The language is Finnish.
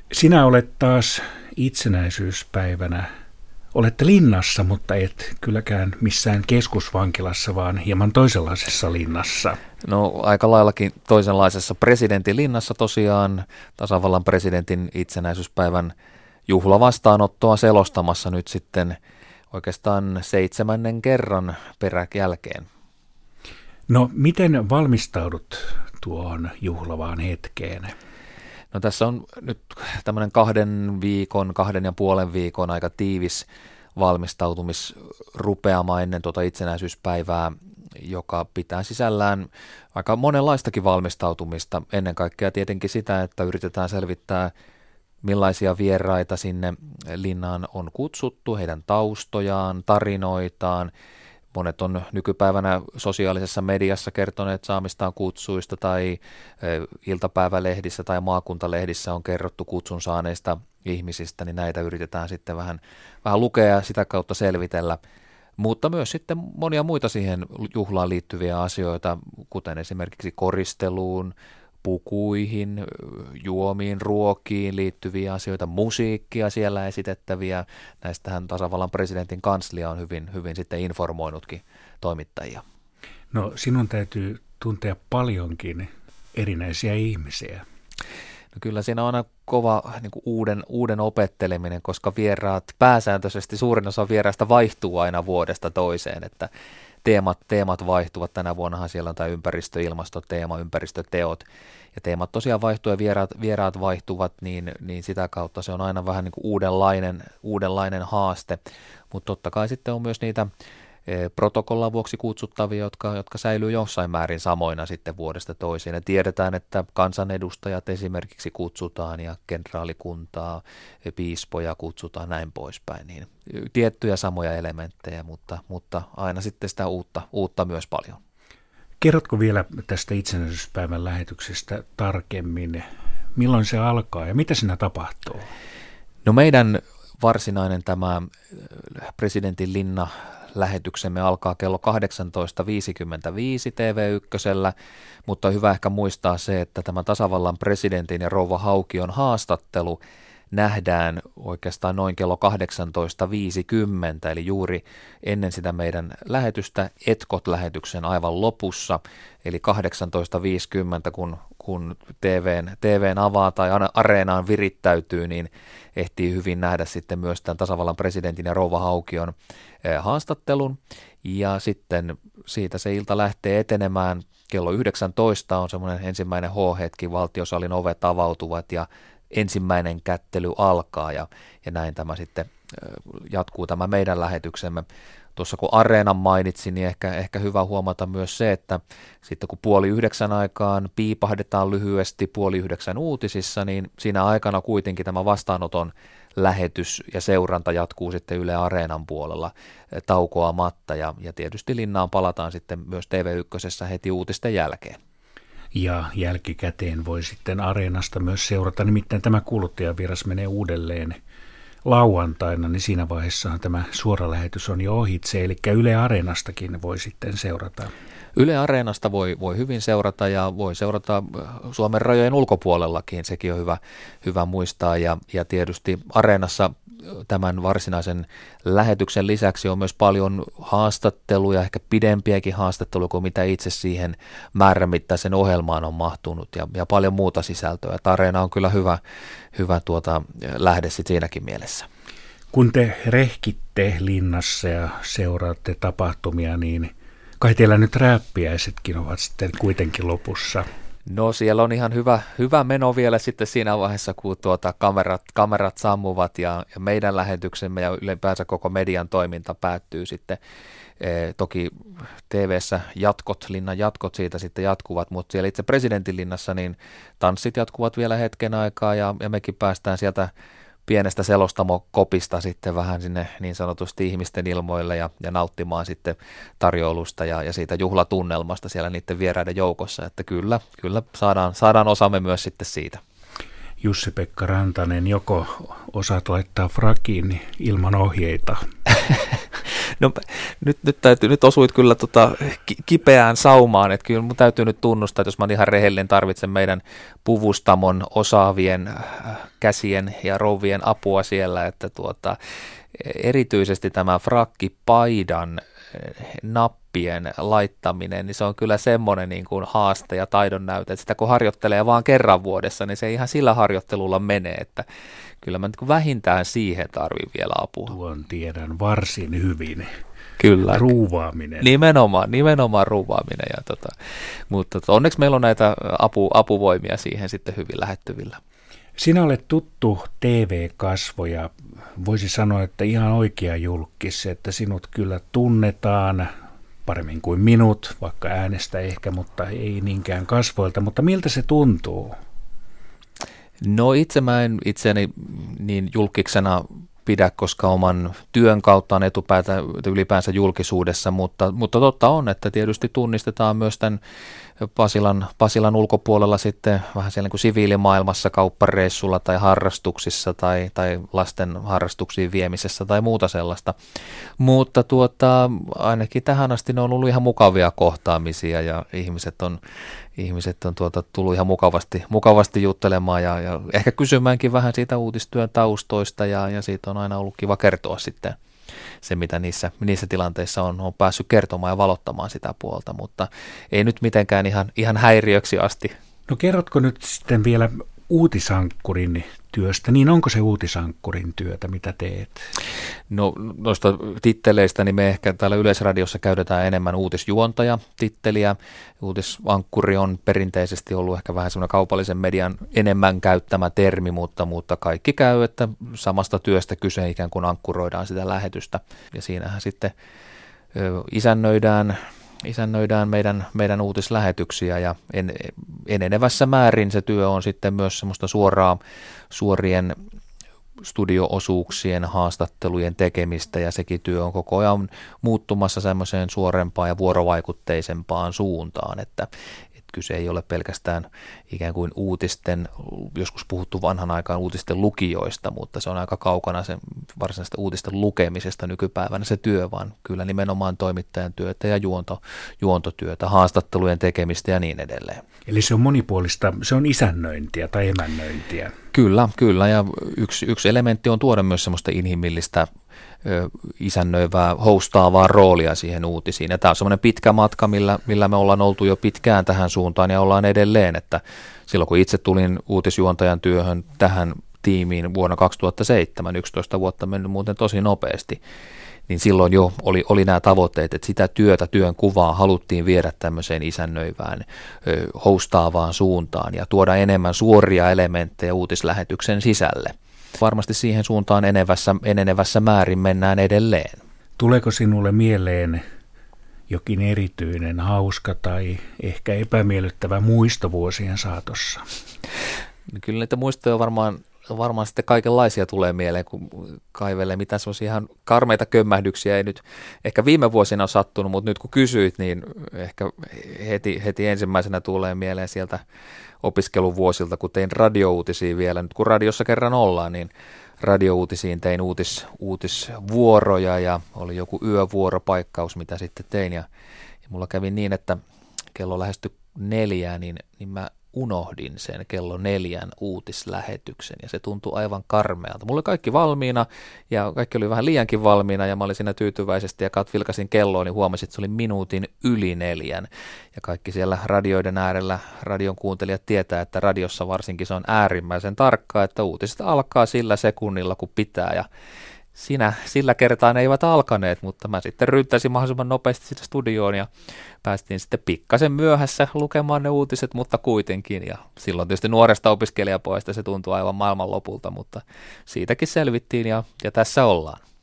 Sinä olet taas itsenäisyyspäivänä. Olette linnassa, mutta et kylläkään missään keskusvankilassa, vaan hieman toisenlaisessa linnassa. No aika laillakin toisenlaisessa presidentin linnassa tosiaan tasavallan presidentin itsenäisyyspäivän juhlavastaanottoa selostamassa nyt sitten oikeastaan 7. kerran peräjälkeen. No miten valmistaudut tuohon juhlavaan hetkeen? No tässä on nyt tämmöinen 2,5 viikon aika tiivis valmistautumisrupeama ennen tuota itsenäisyyspäivää, joka pitää sisällään aika monenlaistakin valmistautumista. Ennen kaikkea tietenkin sitä, että yritetään selvittää, millaisia vieraita sinne linnaan on kutsuttu, heidän taustojaan, tarinoitaan. Monet on nykypäivänä sosiaalisessa mediassa kertoneet saamistaan kutsuista tai iltapäivälehdissä tai maakuntalehdissä on kerrottu kutsun saaneista ihmisistä, niin näitä yritetään sitten vähän lukea ja sitä kautta selvitellä. Mutta myös sitten monia muita siihen juhlaan liittyviä asioita, kuten esimerkiksi koristeluun, pukuihin, juomiin, ruokiin liittyviä asioita, musiikkia siellä esitettäviä. Näistähän tasavallan presidentin kanslia on hyvin sitten informoinutkin toimittajia. No sinun täytyy tuntea paljonkin erinäisiä ihmisiä. No kyllä siinä on aina kova niin kuin uuden opetteleminen, koska vieraat, pääsääntöisesti suurin osa vieraista vaihtuu aina vuodesta toiseen, että teemat vaihtuvat. Tänä vuonnahan siellä on tämä ympäristö-ilmastoteema, ympäristöteot, ja teemat tosiaan vaihtuu ja vieraat vaihtuvat, niin sitä kautta se on aina vähän niin kuin uudenlainen haaste, mutta totta kai sitten on myös niitä protokollan vuoksi kutsuttavia, jotka säilyy jossain määrin samoina sitten vuodesta toiseen. Ja tiedetään, että kansanedustajat esimerkiksi kutsutaan ja kenraalikuntaa, piispoja kutsutaan näin poispäin. Niin tiettyjä samoja elementtejä, mutta aina sitten sitä uutta myös paljon. Kerrotko vielä tästä itsenäisyyspäivän lähetyksestä tarkemmin? Milloin se alkaa ja mitä siinä tapahtuu? No meidän varsinainen tämä presidentin linna lähetyksemme alkaa kello 18.55 TV1:llä, mutta on hyvä ehkä muistaa se, että tämä tasavallan presidentin ja rouva Haukion haastattelu nähdään oikeastaan noin kello 18.50, eli juuri ennen sitä meidän lähetystä, Etkot-lähetyksen aivan lopussa, eli 18.50, kun TVn avaa tai areenaan virittäytyy, niin ehtii hyvin nähdä sitten myös tämän tasavallan presidentin ja rouva Haukion haastattelun, ja sitten siitä se ilta lähtee etenemään. Kello 19 on semmoinen ensimmäinen H-hetki, valtiosalin ovet avautuvat ja ensimmäinen kättely alkaa, ja näin tämä sitten jatkuu tämä meidän lähetyksemme. Tuossa kun areenan mainitsin, niin ehkä hyvä huomata myös se, että sitten kun 8:30 aikaan piipahdetaan lyhyesti 8:30 uutisissa, niin siinä aikana kuitenkin tämä vastaanoton lähetys ja seuranta jatkuu sitten Yle Areenan puolella taukoamatta, ja tietysti linnaan palataan sitten myös TV1 heti uutisten jälkeen. Ja jälkikäteen voi sitten Areenasta myös seurata, nimittäin tämä kuuluttajavieras menee uudelleen lauantaina, niin siinä vaiheessahan tämä suora lähetys on jo ohitse, eli Yle Areenastakin voi sitten seurata. Yle Areenasta voi hyvin seurata ja voi seurata Suomen rajojen ulkopuolellakin, sekin on hyvä muistaa, ja tietysti Areenassa tämän varsinaisen lähetyksen lisäksi on myös paljon haastatteluja, ehkä pidempiäkin haastatteluja kuin mitä itse siihen määrämittaisen ohjelmaan on mahtunut, ja paljon muuta sisältöä. Areena on kyllä hyvä lähde sit siinäkin mielessä. Kun te rehkitte linnassa ja seuraatte tapahtumia, niin kai teillä nyt rääppiäisetkin ovat sitten kuitenkin lopussa. No siellä on ihan hyvä meno vielä sitten siinä vaiheessa, kun kamerat sammuvat ja meidän lähetyksemme ja ylipäänsä koko median toiminta päättyy sitten. Toki TV:ssä linnan jatkot siitä sitten jatkuvat, mutta siellä itse presidentinlinnassa niin tanssit jatkuvat vielä hetken aikaa, ja mekin päästään sieltä pienestä selostamokopista sitten vähän sinne niin sanotusti ihmisten ilmoille ja nauttimaan sitten tarjoulusta ja siitä juhlatunnelmasta siellä niiden vieraiden joukossa, että kyllä saadaan osamme myös sitten siitä. Jussi-Pekka Rantanen, joko osaat laittaa frakiin ilman ohjeita? No nyt osuit kyllä kipeään saumaan, että kyllä mun täytyy nyt tunnustaa, että jos mä oon ihan rehellinen, tarvitsen meidän puvustamon osaavien käsien ja rouvien apua siellä, että erityisesti tämä frakkipaidan nappien laittaminen, niin se on kyllä semmoinen niin kuin haaste ja taidon näyte, että sitä kun harjoittelee vaan kerran vuodessa, niin se ei ihan sillä harjoittelulla menee, että kyllä mä niin kuin vähintään siihen tarvin vielä apua. Tuon tiedän varsin hyvin. Kyllä. Ruuvaaminen. Nimenomaan ruuvaaminen. Mutta onneksi meillä on näitä apuvoimia siihen sitten hyvin lähettyvillä. Sinä olet tuttu TV-kasvo ja voisi sanoa, että ihan oikea julkkis, että sinut kyllä tunnetaan paremmin kuin minut, vaikka äänestä ehkä, mutta ei niinkään kasvoilta. Mutta miltä se tuntuu? No mä en itseäni niin julkiksena pidä, koska oman työn kautta on ylipäänsä julkisuudessa, mutta totta on, että tietysti tunnistetaan myös tämän Pasilan ulkopuolella sitten vähän siellä niin kuin siviilimaailmassa, kauppareissulla tai harrastuksissa tai lasten harrastuksiin viemisessä tai muuta sellaista. Mutta ainakin tähän asti ne on ollut ihan mukavia kohtaamisia ja ihmiset on tullut ihan mukavasti juttelemaan ja ehkä kysymäänkin vähän siitä uutistyön taustoista ja siitä on aina ollut kiva kertoa sitten se, mitä niissä tilanteissa on päässyt kertomaan ja valottamaan sitä puolta, mutta ei nyt mitenkään ihan häiriöksi asti. No kerrotko nyt sitten vielä uutisankkurin työstä, niin onko se uutisankkurin työtä, mitä teet? No noista titteleistä, niin me ehkä täällä Yleisradiossa käytetään enemmän uutisjuontaja-titteliä. Uutisankkuri on perinteisesti ollut ehkä vähän semmoinen kaupallisen median enemmän käyttämä termi, mutta kaikki käy, että samasta työstä kyse ikään kuin ankkuroidaan sitä lähetystä. Ja siinähän sitten isännöidään meidän uutislähetyksiä ja enenevässä määrin se työ on sitten myös semmoista suorien studio-osuuksien haastattelujen tekemistä ja sekin työ on koko ajan muuttumassa semmoiseen suorempaan ja vuorovaikutteisempaan suuntaan, että kyse ei ole pelkästään ikään kuin uutisten, joskus puhuttu vanhan aikaan uutisten lukijoista, mutta se on aika kaukana se varsinaisesta uutisten lukemisesta nykypäivänä se työ, vaan kyllä nimenomaan toimittajan työtä ja juontotyötä, haastattelujen tekemistä ja niin edelleen. Eli se on monipuolista, se on isännöintiä tai emännöintiä. Kyllä ja yksi elementti on tuoda myös semmoista inhimillistä isännöivää, hostaavaa roolia siihen uutisiin. Ja tämä on semmoinen pitkä matka, millä me ollaan oltu jo pitkään tähän suuntaan ja ollaan edelleen, että silloin kun itse tulin uutisjuontajan työhön tähän tiimiin vuonna 2007, 11 vuotta mennyt muuten tosi nopeasti, niin silloin jo oli nämä tavoitteet, että sitä työn kuvaa haluttiin viedä tämmöiseen isännöivään, hostaavaan suuntaan ja tuoda enemmän suoria elementtejä uutislähetyksen sisälle. Varmasti siihen suuntaan enenevässä määrin mennään edelleen. Tuleeko sinulle mieleen jokin erityinen, hauska tai ehkä epämiellyttävä muisto vuosien saatossa? Kyllä niitä muistoja varmaan sitten kaikenlaisia tulee mieleen, kun kaivelee mitä sellaisia ihan karmeita kömmähdyksiä ei nyt ehkä viime vuosina ole sattunut, mutta nyt kun kysyit, niin ehkä heti ensimmäisenä tulee mieleen sieltä opiskeluvuosilta, kun tein radiouutisia vielä. Nyt kun radiossa kerran ollaan, niin radiouutisiin tein uutisvuoroja ja oli joku yövuoropaikkaus, mitä sitten tein. Ja mulla kävi niin, että kello lähestyi 4, niin mä unohdin sen kello 4 uutislähetyksen ja se tuntui aivan karmealta. Mulla oli kaikki valmiina ja kaikki oli vähän liiankin valmiina ja mä olin siinä tyytyväisesti ja vilkasin kelloa, niin huomasin, että se oli minuutin yli 4. Ja kaikki siellä radioiden äärellä, radion kuuntelijat tietää, että radiossa varsinkin se on äärimmäisen tarkkaa, että uutiset alkaa sillä sekunnilla kun pitää ja sillä kertaa ne eivät alkaneet, mutta mä sitten ryntäsin mahdollisimman nopeasti sitä studioon ja päästiin sitten pikkasen myöhässä lukemaan ne uutiset, mutta kuitenkin. Ja silloin tietysti nuoresta opiskelijapojasta se tuntui aivan maailmanlopulta, mutta siitäkin selvittiin ja tässä ollaan.